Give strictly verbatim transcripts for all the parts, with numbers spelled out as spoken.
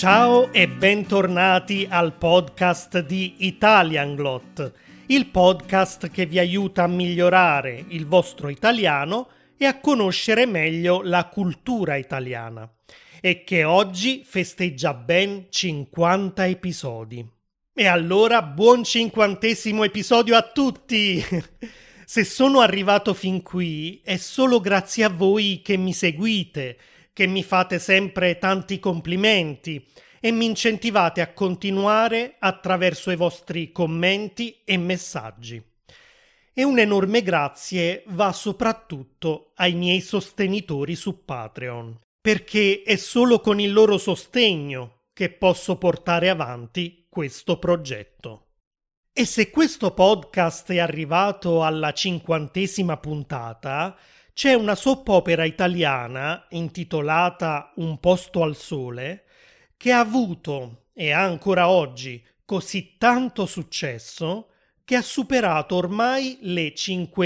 Ciao e bentornati al podcast di Italianglot, il podcast che vi aiuta a migliorare il vostro italiano e a conoscere meglio la cultura italiana, e che oggi festeggia ben cinquanta episodi. E allora buon cinquantesimo episodio a tutti! Se sono arrivato fin qui è solo grazie a voi che mi seguite, che mi fate sempre tanti complimenti e mi incentivate a continuare attraverso i vostri commenti e messaggi. E un enorme grazie va soprattutto ai miei sostenitori su Patreon, perché è solo con il loro sostegno che posso portare avanti questo progetto. E se questo podcast è arrivato alla cinquantesima puntata, c'è una soap opera italiana intitolata Un posto al sole che ha avuto e ha ancora oggi così tanto successo che ha superato ormai le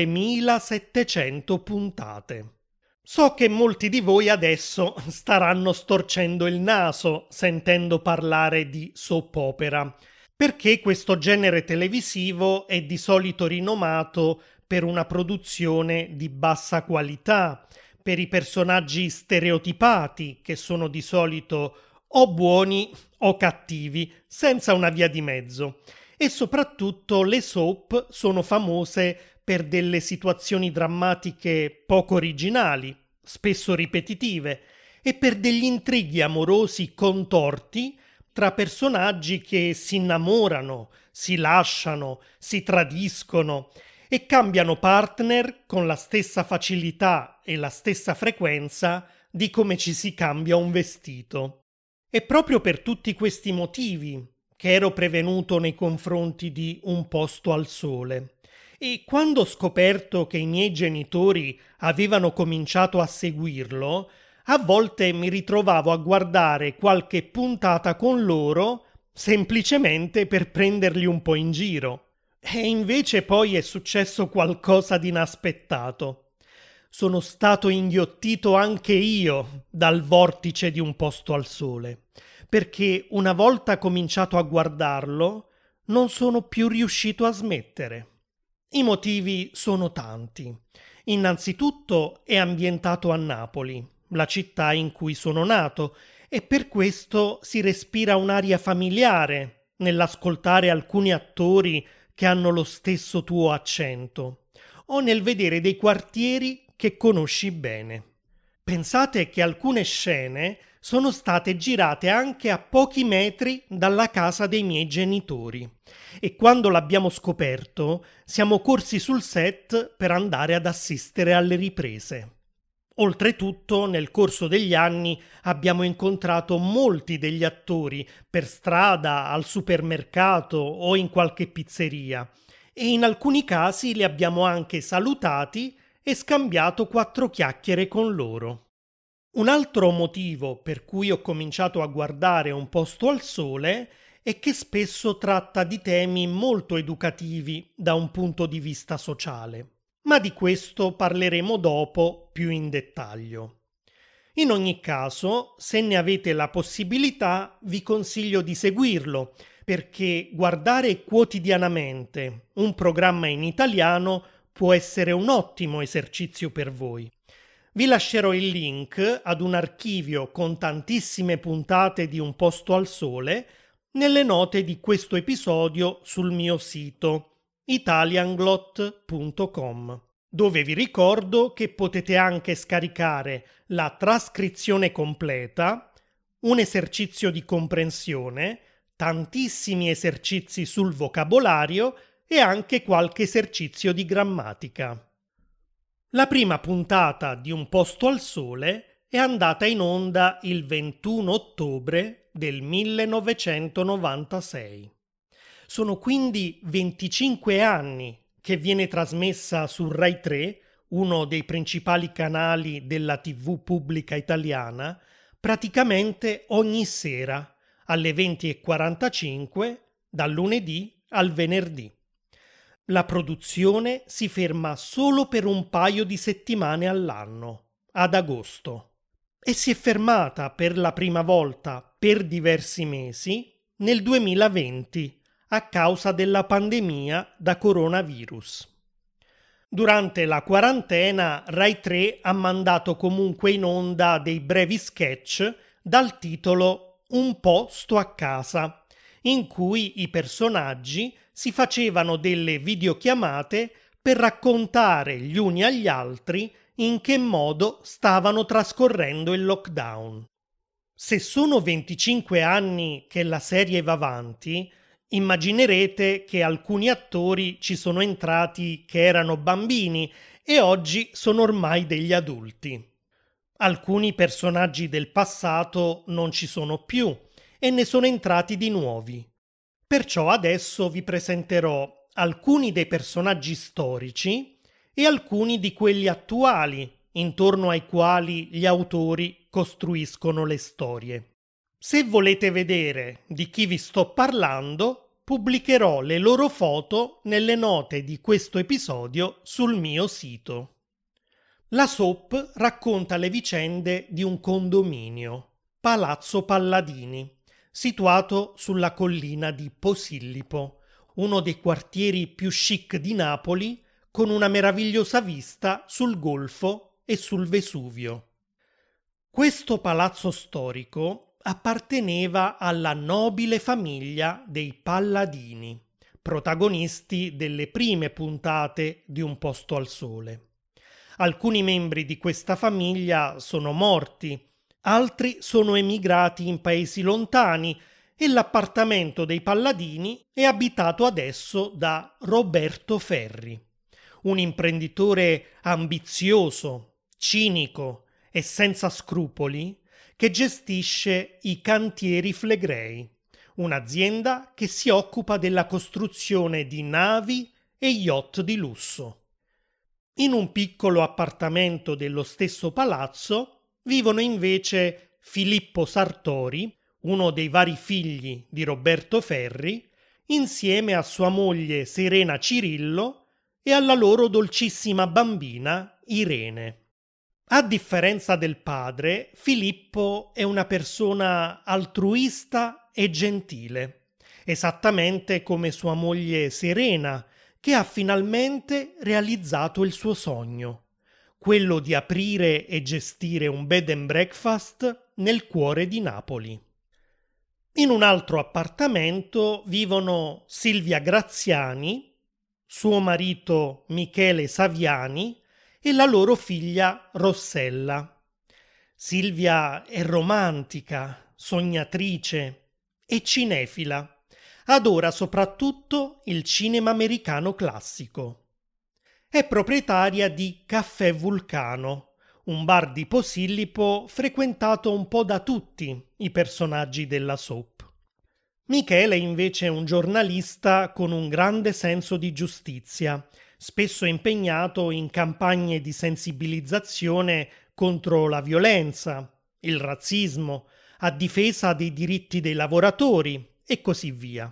cinquemilasettecento puntate. So che molti di voi adesso staranno storcendo il naso sentendo parlare di soap opera, perché questo genere televisivo è di solito rinomato per una produzione di bassa qualità, per i personaggi stereotipati che sono di solito o buoni o cattivi, senza una via di mezzo. E soprattutto le soap sono famose per delle situazioni drammatiche poco originali, spesso ripetitive, e per degli intrighi amorosi contorti tra personaggi che si innamorano, si lasciano, si tradiscono e cambiano partner con la stessa facilità e la stessa frequenza di come ci si cambia un vestito. E proprio per tutti questi motivi che ero prevenuto nei confronti di Un posto al sole. E quando ho scoperto che i miei genitori avevano cominciato a seguirlo, a volte mi ritrovavo a guardare qualche puntata con loro semplicemente per prenderli un po' in giro. E invece poi è successo qualcosa di inaspettato. Sono stato inghiottito anche io dal vortice di Un posto al sole, perché una volta cominciato a guardarlo non sono più riuscito a smettere. I motivi sono tanti. Innanzitutto è ambientato a Napoli, la città in cui sono nato, e per questo si respira un'aria familiare nell'ascoltare alcuni attori che hanno lo stesso tuo accento, o nel vedere dei quartieri che conosci bene. Pensate che alcune scene sono state girate anche a pochi metri dalla casa dei miei genitori, e quando l'abbiamo scoperto siamo corsi sul set per andare ad assistere alle riprese. Oltretutto, nel corso degli anni abbiamo incontrato molti degli attori per strada, al supermercato o in qualche pizzeria, e in alcuni casi li abbiamo anche salutati e scambiato quattro chiacchiere con loro. Un altro motivo per cui ho cominciato a guardare Un posto al sole è che spesso tratta di temi molto educativi da un punto di vista sociale. Ma di questo parleremo dopo più in dettaglio. In ogni caso, se ne avete la possibilità, vi consiglio di seguirlo, perché guardare quotidianamente un programma in italiano può essere un ottimo esercizio per voi. Vi lascerò il link ad un archivio con tantissime puntate di Un posto al sole nelle note di questo episodio sul mio sito italianglot punto com, dove vi ricordo che potete anche scaricare la trascrizione completa, un esercizio di comprensione, tantissimi esercizi sul vocabolario e anche qualche esercizio di grammatica. La prima puntata di Un posto al sole è andata in onda il ventuno ottobre del millenovecentonovantasei. Sono quindi venticinque anni che viene trasmessa su Rai tre, uno dei principali canali della tivù pubblica italiana, praticamente ogni sera alle venti e quarantacinque, dal lunedì al venerdì. La produzione si ferma solo per un paio di settimane all'anno, ad agosto, e si è fermata per la prima volta per diversi mesi nel duemilaventi a causa della pandemia da coronavirus. Durante la quarantena Rai tre ha mandato comunque in onda dei brevi sketch dal titolo Un po' sto a casa, in cui i personaggi si facevano delle videochiamate per raccontare gli uni agli altri in che modo stavano trascorrendo il lockdown. Se sono venticinque anni che la serie va avanti, immaginerete che alcuni attori ci sono entrati che erano bambini e oggi sono ormai degli adulti. Alcuni personaggi del passato non ci sono più e ne sono entrati di nuovi. Perciò adesso vi presenterò alcuni dei personaggi storici e alcuni di quelli attuali, intorno ai quali gli autori costruiscono le storie. Se volete vedere di chi vi sto parlando, pubblicherò le loro foto nelle note di questo episodio sul mio sito. La soap racconta le vicende di un condominio, Palazzo Palladini, situato sulla collina di Posillipo, uno dei quartieri più chic di Napoli, con una meravigliosa vista sul Golfo e sul Vesuvio. Questo palazzo storico apparteneva alla nobile famiglia dei Palladini, protagonisti delle prime puntate di Un posto al sole. Alcuni membri di questa famiglia sono morti, altri sono emigrati in paesi lontani e l'appartamento dei Palladini è abitato adesso da Roberto Ferri, un imprenditore ambizioso, cinico e senza scrupoli che gestisce i Cantieri Flegrei, un'azienda che si occupa della costruzione di navi e yacht di lusso. In un piccolo appartamento dello stesso palazzo vivono invece Filippo Sartori, uno dei vari figli di Roberto Ferri, insieme a sua moglie Serena Cirillo e alla loro dolcissima bambina Irene. A differenza del padre, Filippo è una persona altruista e gentile, esattamente come sua moglie Serena, che ha finalmente realizzato il suo sogno, quello di aprire e gestire un bed and breakfast nel cuore di Napoli. In un altro appartamento vivono Silvia Graziani, suo marito Michele Saviani e la loro figlia Rossella. Silvia è romantica, sognatrice e cinefila. Adora soprattutto il cinema americano classico. È proprietaria di Caffè Vulcano, un bar di Posillipo frequentato un po' da tutti i personaggi della soap. Michele invece è un giornalista con un grande senso di giustizia, spesso impegnato in campagne di sensibilizzazione contro la violenza, il razzismo, a difesa dei diritti dei lavoratori e così via.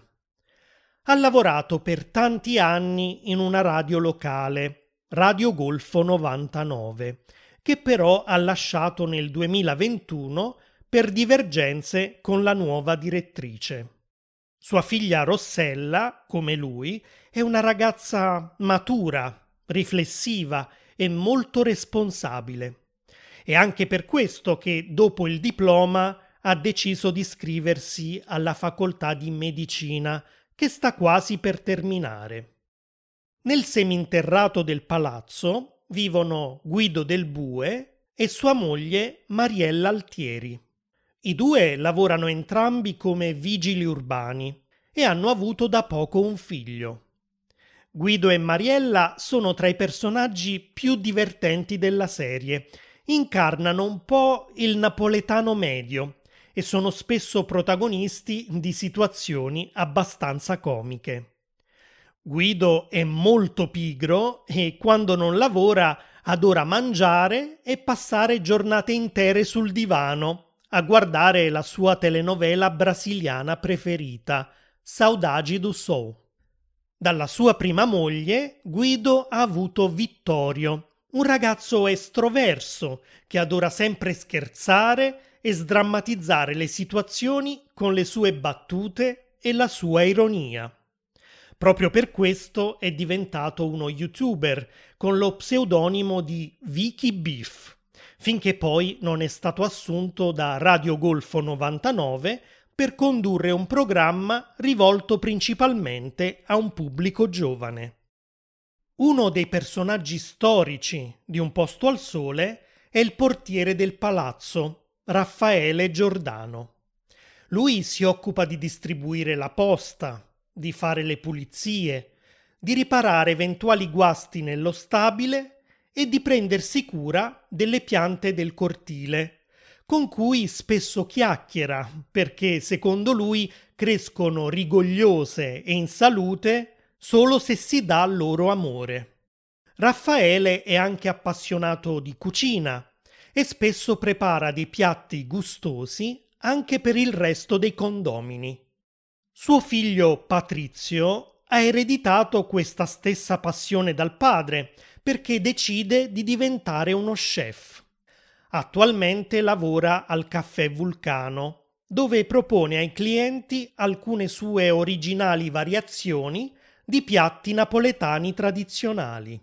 Ha lavorato per tanti anni in una radio locale, Radio Golfo novantanove, che però ha lasciato nel duemilaventuno per divergenze con la nuova direttrice. Sua figlia Rossella, come lui, è una ragazza matura, riflessiva e molto responsabile. È anche per questo che dopo il diploma ha deciso di iscriversi alla facoltà di medicina, che sta quasi per terminare. Nel seminterrato del palazzo vivono Guido Del Bue e sua moglie Mariella Altieri. I due lavorano entrambi come vigili urbani e hanno avuto da poco un figlio. Guido e Mariella sono tra i personaggi più divertenti della serie. Incarnano un po' il napoletano medio e sono spesso protagonisti di situazioni abbastanza comiche. Guido è molto pigro e quando non lavora adora mangiare e passare giornate intere sul divano a guardare la sua telenovela brasiliana preferita, Saudade do Sol. Dalla sua prima moglie, Guido ha avuto Vittorio, un ragazzo estroverso che adora sempre scherzare e sdrammatizzare le situazioni con le sue battute e la sua ironia. Proprio per questo è diventato uno youtuber con lo pseudonimo di Vicky Beef, finché poi non è stato assunto da Radio Golfo novantanove per condurre un programma rivolto principalmente a un pubblico giovane. Uno dei personaggi storici di Un posto al sole è il portiere del palazzo, Raffaele Giordano. Lui si occupa di distribuire la posta, di fare le pulizie, di riparare eventuali guasti nello stabile e di prendersi cura delle piante del cortile, con cui spesso chiacchiera perché, secondo lui, crescono rigogliose e in salute solo se si dà loro amore. Raffaele è anche appassionato di cucina e spesso prepara dei piatti gustosi anche per il resto dei condomini. Suo figlio Patrizio ha ereditato questa stessa passione dal padre perché decide di diventare uno chef. Attualmente lavora al Caffè Vulcano, dove propone ai clienti alcune sue originali variazioni di piatti napoletani tradizionali.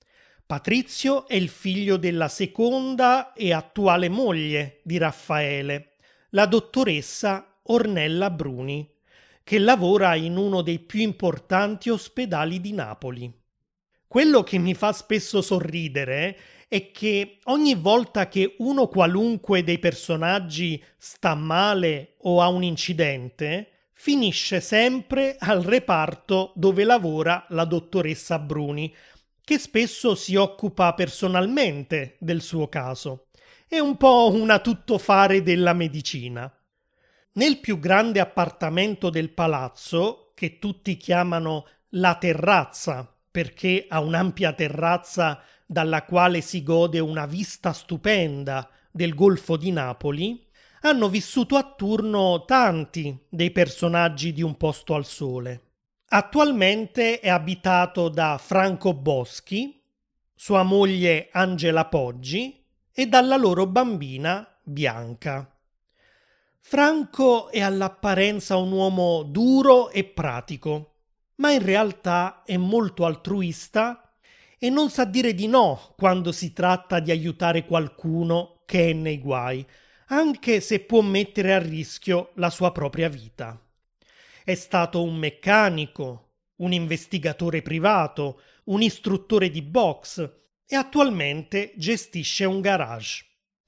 Patrizio è il figlio della seconda e attuale moglie di Raffaele, la dottoressa Ornella Bruni, che lavora in uno dei più importanti ospedali di Napoli. Quello che mi fa spesso sorridere è che ogni volta che uno qualunque dei personaggi sta male o ha un incidente, finisce sempre al reparto dove lavora la dottoressa Bruni, che spesso si occupa personalmente del suo caso. È un po' una tuttofare della medicina. Nel più grande appartamento del palazzo, che tutti chiamano la terrazza, perché ha un'ampia terrazza dalla quale si gode una vista stupenda del Golfo di Napoli, hanno vissuto a turno tanti dei personaggi di Un posto al sole. Attualmente è abitato da Franco Boschi, sua moglie Angela Poggi e dalla loro bambina Bianca. Franco è all'apparenza un uomo duro e pratico, ma in realtà è molto altruista e non sa dire di no quando si tratta di aiutare qualcuno che è nei guai, anche se può mettere a rischio la sua propria vita. È stato un meccanico, un investigatore privato, un istruttore di box e attualmente gestisce un garage.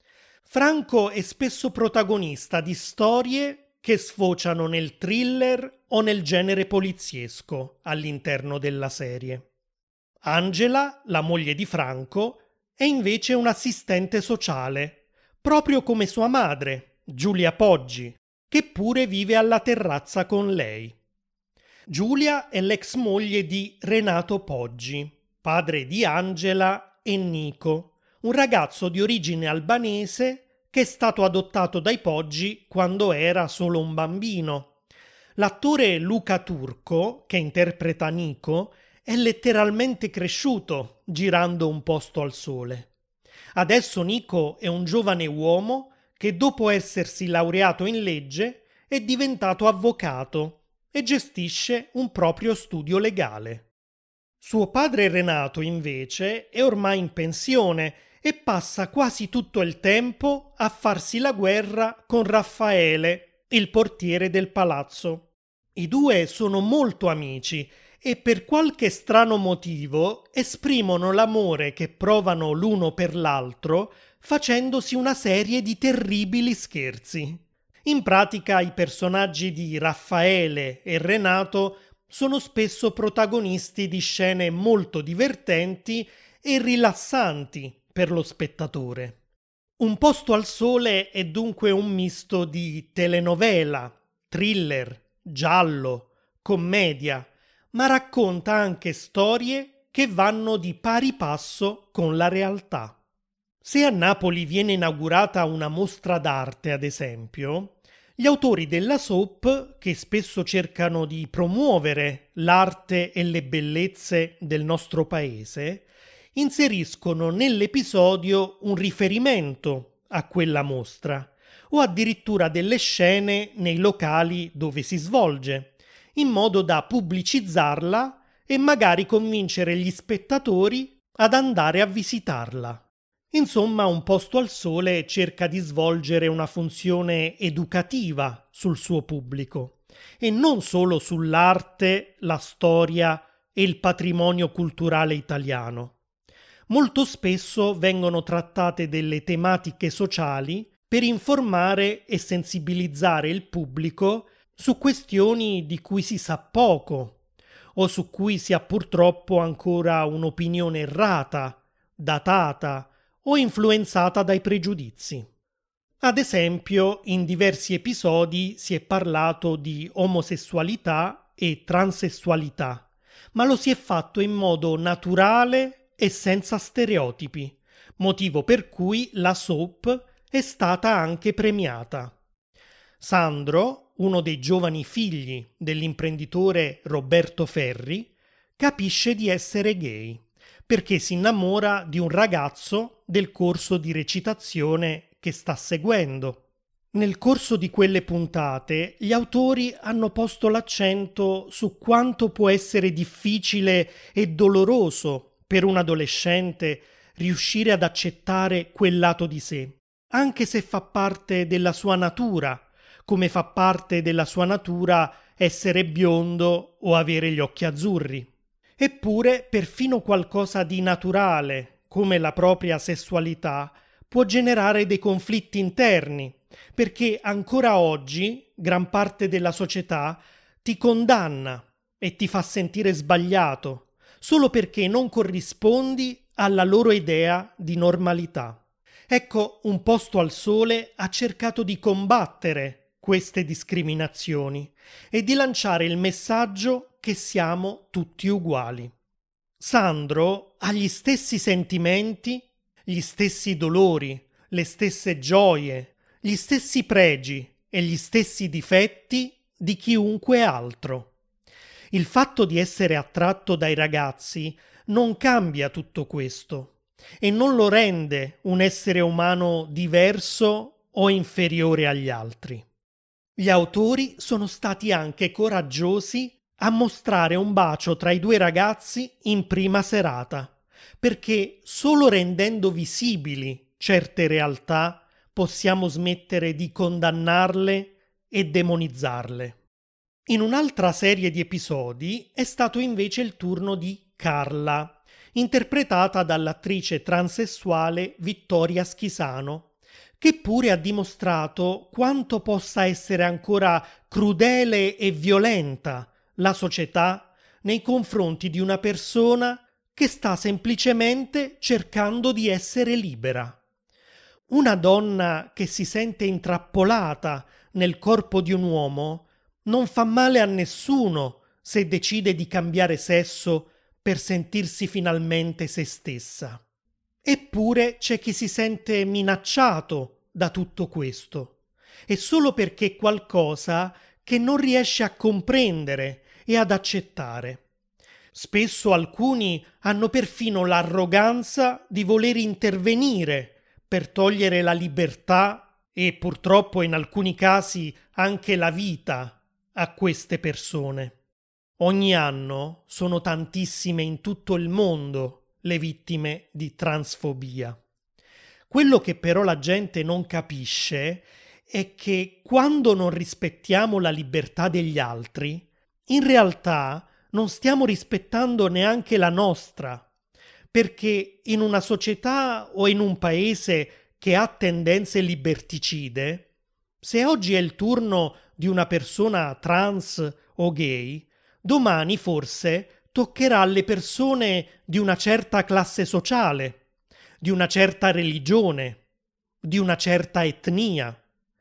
Franco è spesso protagonista di storie che sfociano nel thriller o nel genere poliziesco all'interno della serie. Angela, la moglie di Franco, è invece un'assistente sociale, proprio come sua madre, Giulia Poggi, che pure vive alla terrazza con lei. Giulia è l'ex moglie di Renato Poggi, padre di Angela e Nico, un ragazzo di origine albanese che è stato adottato dai Poggi quando era solo un bambino. L'attore Luca Turco, che interpreta Nico, è letteralmente cresciuto girando Un posto al sole. Adesso Nico è un giovane uomo che dopo essersi laureato in legge è diventato avvocato e gestisce un proprio studio legale. Suo padre Renato, invece, è ormai in pensione e passa quasi tutto il tempo a farsi la guerra con Raffaele, il portiere del palazzo. I due sono molto amici e per qualche strano motivo esprimono l'amore che provano l'uno per l'altro facendosi una serie di terribili scherzi. In pratica i personaggi di Raffaele e Renato sono spesso protagonisti di scene molto divertenti e rilassanti per lo spettatore. Un posto al sole è dunque un misto di telenovela, thriller, giallo, commedia, ma racconta anche storie che vanno di pari passo con la realtà. Se a Napoli viene inaugurata una mostra d'arte, ad esempio, gli autori della soap, che spesso cercano di promuovere l'arte e le bellezze del nostro paese, inseriscono nell'episodio un riferimento a quella mostra, o addirittura delle scene nei locali dove si svolge, in modo da pubblicizzarla e magari convincere gli spettatori ad andare a visitarla. Insomma, Un posto al sole cerca di svolgere una funzione educativa sul suo pubblico e non solo sull'arte, la storia e il patrimonio culturale italiano. Molto spesso vengono trattate delle tematiche sociali per informare e sensibilizzare il pubblico su questioni di cui si sa poco o su cui si ha purtroppo ancora un'opinione errata, datata o influenzata dai pregiudizi. Ad esempio, in diversi episodi si è parlato di omosessualità e transessualità, ma lo si è fatto in modo naturale e senza stereotipi, motivo per cui la soap è stata anche premiata. Sandro, uno dei giovani figli dell'imprenditore Roberto Ferri, capisce di essere gay perché si innamora di un ragazzo del corso di recitazione che sta seguendo. Nel corso di quelle puntate gli autori hanno posto l'accento su quanto può essere difficile e doloroso per un adolescente riuscire ad accettare quel lato di sé, anche se fa parte della sua natura, come fa parte della sua natura essere biondo o avere gli occhi azzurri. Eppure, perfino qualcosa di naturale, come la propria sessualità, può generare dei conflitti interni, perché ancora oggi gran parte della società ti condanna e ti fa sentire sbagliato, solo perché non corrispondi alla loro idea di normalità. Ecco, Un posto al sole ha cercato di combattere queste discriminazioni e di lanciare il messaggio che siamo tutti uguali. Sandro ha gli stessi sentimenti, gli stessi dolori, le stesse gioie, gli stessi pregi e gli stessi difetti di chiunque altro. Il fatto di essere attratto dai ragazzi non cambia tutto questo e non lo rende un essere umano diverso o inferiore agli altri. Gli autori sono stati anche coraggiosi a mostrare un bacio tra i due ragazzi in prima serata, perché solo rendendo visibili certe realtà possiamo smettere di condannarle e demonizzarle. In un'altra serie di episodi è stato invece il turno di Carla, interpretata dall'attrice transessuale Vittoria Schisano, che pure ha dimostrato quanto possa essere ancora crudele e violenta la società nei confronti di una persona che sta semplicemente cercando di essere libera. Una donna che si sente intrappolata nel corpo di un uomo non fa male a nessuno se decide di cambiare sesso per sentirsi finalmente se stessa. Eppure c'è chi si sente minacciato da tutto questo, e solo perché è qualcosa che non riesce a comprendere e ad accettare. Spesso alcuni hanno perfino l'arroganza di voler intervenire per togliere la libertà e purtroppo in alcuni casi anche la vita a queste persone. Ogni anno sono tantissime in tutto il mondo le vittime di transfobia. Quello che però la gente non capisce è che quando non rispettiamo la libertà degli altri, in realtà non stiamo rispettando neanche la nostra, perché in una società o in un paese che ha tendenze liberticide, se oggi è il turno di una persona trans o gay, domani forse toccherà alle persone di una certa classe sociale, di una certa religione, di una certa etnia.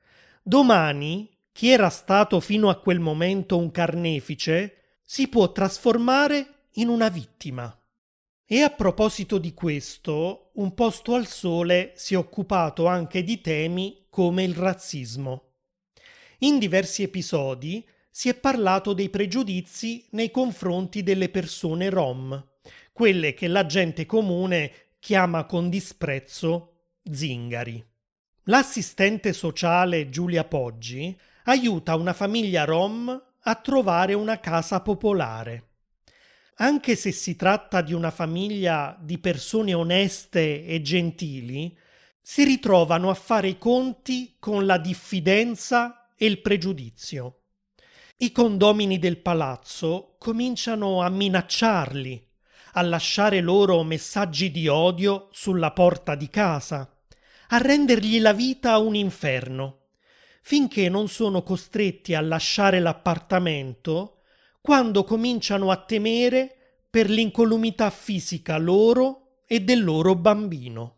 Domani chi era stato fino a quel momento un carnefice si può trasformare in una vittima. E a proposito di questo, Un posto al sole si è occupato anche di temi come il razzismo. In diversi episodi si è parlato dei pregiudizi nei confronti delle persone rom, quelle che la gente comune chiama con disprezzo zingari. L'assistente sociale Giulia Poggi aiuta una famiglia rom a trovare una casa popolare. Anche se si tratta di una famiglia di persone oneste e gentili, si ritrovano a fare i conti con la diffidenza e il pregiudizio. I condomini del palazzo cominciano a minacciarli, a lasciare loro messaggi di odio sulla porta di casa, a rendergli la vita un inferno, finché non sono costretti a lasciare l'appartamento quando cominciano a temere per l'incolumità fisica loro e del loro bambino.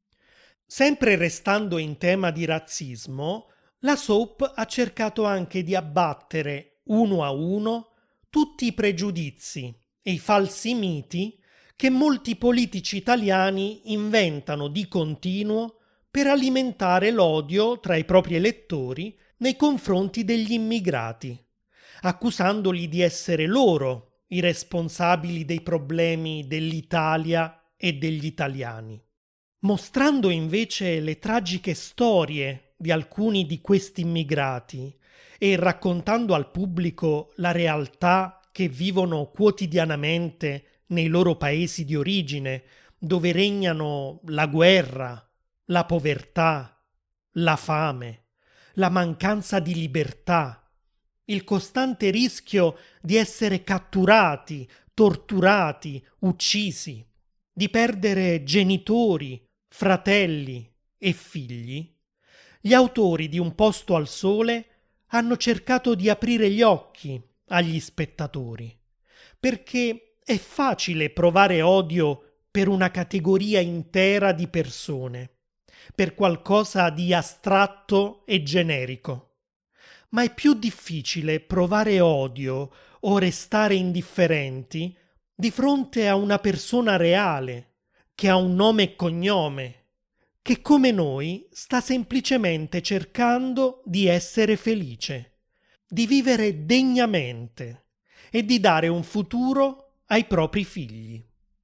Sempre restando in tema di razzismo, la soap ha cercato anche di abbattere uno a uno tutti i pregiudizi e i falsi miti che molti politici italiani inventano di continuo per alimentare l'odio tra i propri elettori nei confronti degli immigrati, accusandoli di essere loro i responsabili dei problemi dell'Italia e degli italiani. Mostrando invece le tragiche storie di alcuni di questi immigrati e raccontando al pubblico la realtà che vivono quotidianamente nei loro paesi di origine, dove regnano la guerra, la povertà, la fame, la mancanza di libertà, il costante rischio di essere catturati, torturati, uccisi, di perdere genitori, fratelli e figli, gli autori di Un posto al sole hanno cercato di aprire gli occhi agli spettatori, perché è facile provare odio per una categoria intera di persone, per qualcosa di astratto e generico, ma è più difficile provare odio o restare indifferenti di fronte a una persona reale, che ha un nome e cognome, che come noi sta semplicemente cercando di essere felice, di vivere degnamente e di dare un futuro ai propri figli.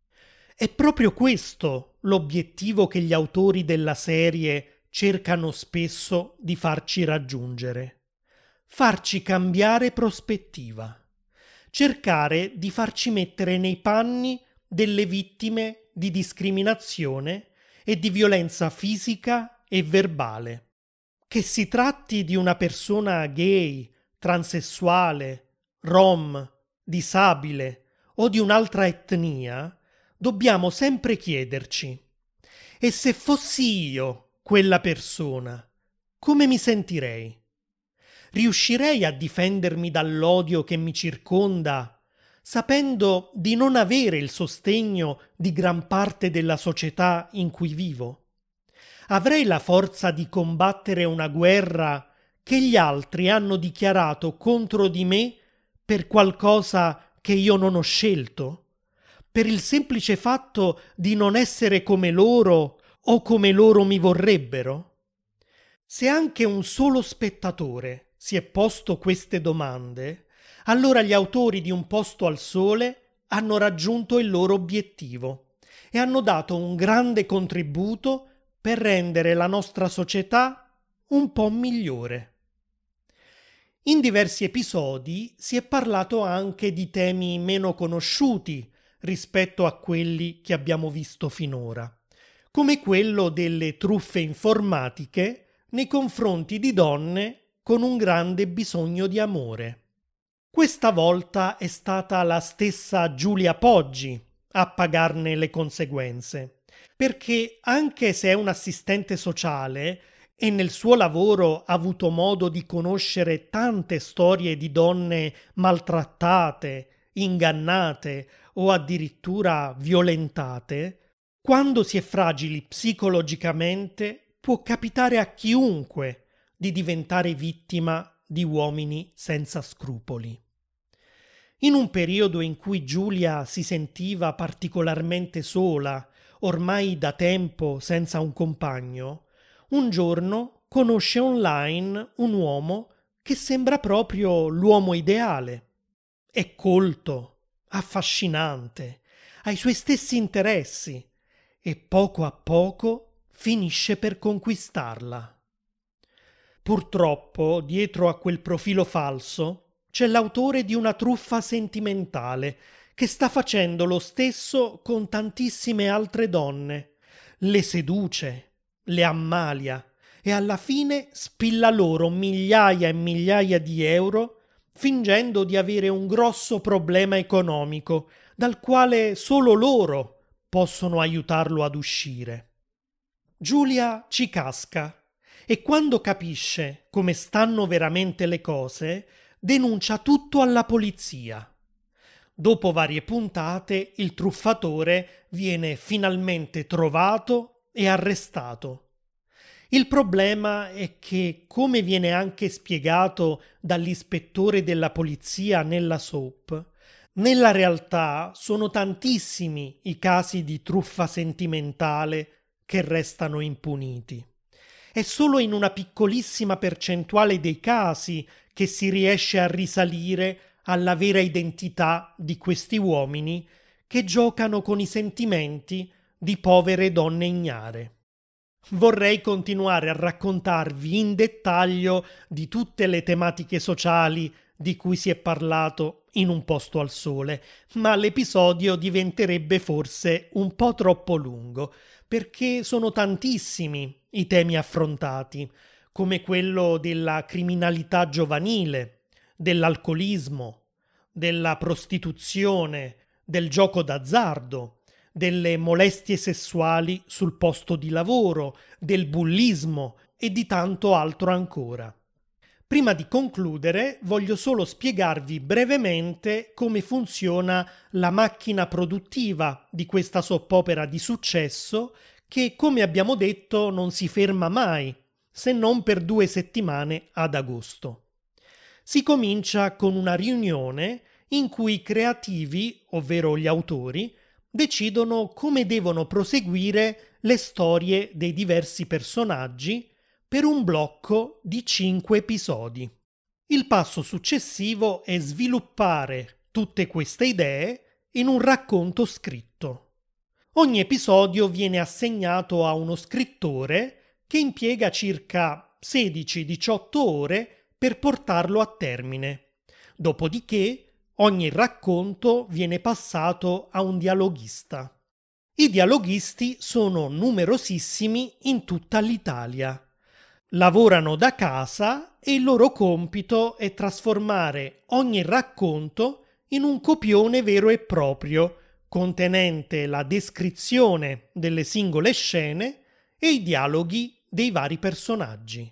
È proprio questo l'obiettivo che gli autori della serie cercano spesso di farci raggiungere: farci cambiare prospettiva, cercare di farci mettere nei panni delle vittime di discriminazione e di violenza fisica e verbale. Che si tratti di una persona gay, transessuale, rom, disabile o di un'altra etnia, dobbiamo sempre chiederci: e se fossi io quella persona, come mi sentirei? Riuscirei a difendermi dall'odio che mi circonda, sapendo di non avere il sostegno di gran parte della società in cui vivo? Avrei la forza di combattere una guerra che gli altri hanno dichiarato contro di me per qualcosa che io non ho scelto? Per il semplice fatto di non essere come loro o come loro mi vorrebbero? Se anche un solo spettatore si è posto queste domande, allora gli autori di Un posto al sole hanno raggiunto il loro obiettivo e hanno dato un grande contributo per rendere la nostra società un po' migliore. In diversi episodi si è parlato anche di temi meno conosciuti rispetto a quelli che abbiamo visto finora, come quello delle truffe informatiche nei confronti di donne con un grande bisogno di amore. Questa volta è stata la stessa Giulia Poggi a pagarne le conseguenze, perché anche se è un assistente sociale e nel suo lavoro ha avuto modo di conoscere tante storie di donne maltrattate, ingannate o addirittura violentate, quando si è fragili psicologicamente può capitare a chiunque di diventare vittima di uomini senza scrupoli. In un periodo in cui Giulia si sentiva particolarmente sola, ormai da tempo senza un compagno, un giorno conosce online un uomo che sembra proprio l'uomo ideale. È colto, affascinante, ha i suoi stessi interessi e poco a poco finisce per conquistarla. Purtroppo, dietro a quel profilo falso, c'è l'autore di una truffa sentimentale che sta facendo lo stesso con tantissime altre donne. Le seduce, le ammalia e alla fine spilla loro migliaia e migliaia di euro fingendo di avere un grosso problema economico dal quale solo loro possono aiutarlo ad uscire. Giulia ci casca e quando capisce come stanno veramente le cose, denuncia tutto alla polizia. Dopo varie puntate, il truffatore viene finalmente trovato e arrestato. Il problema è che, come viene anche spiegato dall'ispettore della polizia nella soap, nella realtà sono tantissimi i casi di truffa sentimentale che restano impuniti. È solo in una piccolissima percentuale dei casi che si riesce a risalire alla vera identità di questi uomini che giocano con i sentimenti di povere donne ignare. Vorrei continuare a raccontarvi in dettaglio di tutte le tematiche sociali di cui si è parlato in Un posto al sole, ma l'episodio diventerebbe forse un po' troppo lungo, perché sono tantissimi i temi affrontati, come quello della criminalità giovanile, dell'alcolismo, della prostituzione, del gioco d'azzardo, delle molestie sessuali sul posto di lavoro, del bullismo e di tanto altro ancora. Prima di concludere, voglio solo spiegarvi brevemente come funziona la macchina produttiva di questa soppopera di successo che, come abbiamo detto, non si ferma mai, se non per due settimane ad agosto. Si comincia con una riunione in cui i creativi, ovvero gli autori, decidono come devono proseguire le storie dei diversi personaggi per un blocco di cinque episodi. Il passo successivo è sviluppare tutte queste idee in un racconto scritto. Ogni episodio viene assegnato a uno scrittore che impiega circa sedici diciotto ore per portarlo a termine. Dopodiché ogni racconto viene passato a un dialoghista. I dialoghisti sono numerosissimi in tutta l'Italia. Lavorano da casa e il loro compito è trasformare ogni racconto in un copione vero e proprio, contenente la descrizione delle singole scene e i dialoghi dei vari personaggi.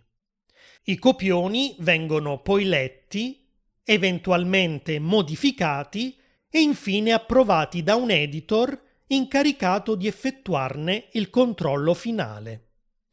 I copioni vengono poi letti, eventualmente modificati e infine approvati da un editor incaricato di effettuarne il controllo finale.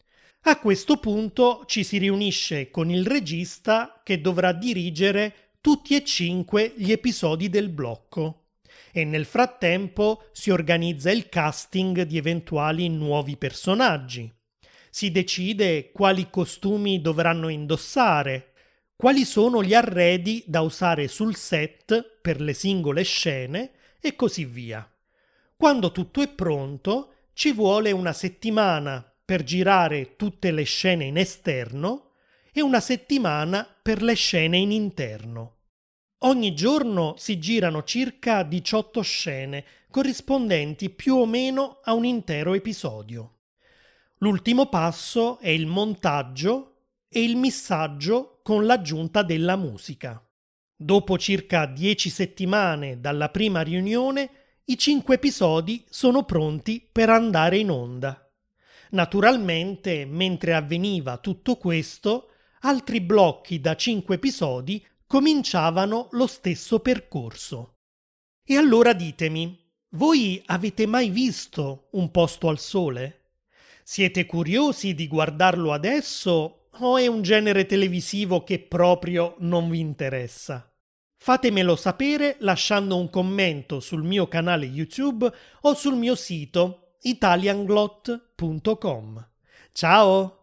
A questo punto ci si riunisce con il regista che dovrà dirigere tutti e cinque gli episodi del blocco e nel frattempo si organizza il casting di eventuali nuovi personaggi. Si decide quali costumi dovranno indossare, quali sono gli arredi da usare sul set per le singole scene e così via. Quando tutto è pronto, ci vuole una settimana per girare tutte le scene in esterno e una settimana per le scene in interno. Ogni giorno si girano circa diciotto scene, corrispondenti più o meno a un intero episodio. L'ultimo passo è il montaggio e il missaggio con l'aggiunta della musica. Dopo circa dieci settimane dalla prima riunione, i cinque episodi sono pronti per andare in onda. Naturalmente, mentre avveniva tutto questo, altri blocchi da cinque episodi cominciavano lo stesso percorso. E allora ditemi, voi avete mai visto Un posto al sole? Siete curiosi di guardarlo adesso o è un genere televisivo che proprio non vi interessa? Fatemelo sapere lasciando un commento sul mio canale YouTube o sul mio sito italianglot punto com. Ciao!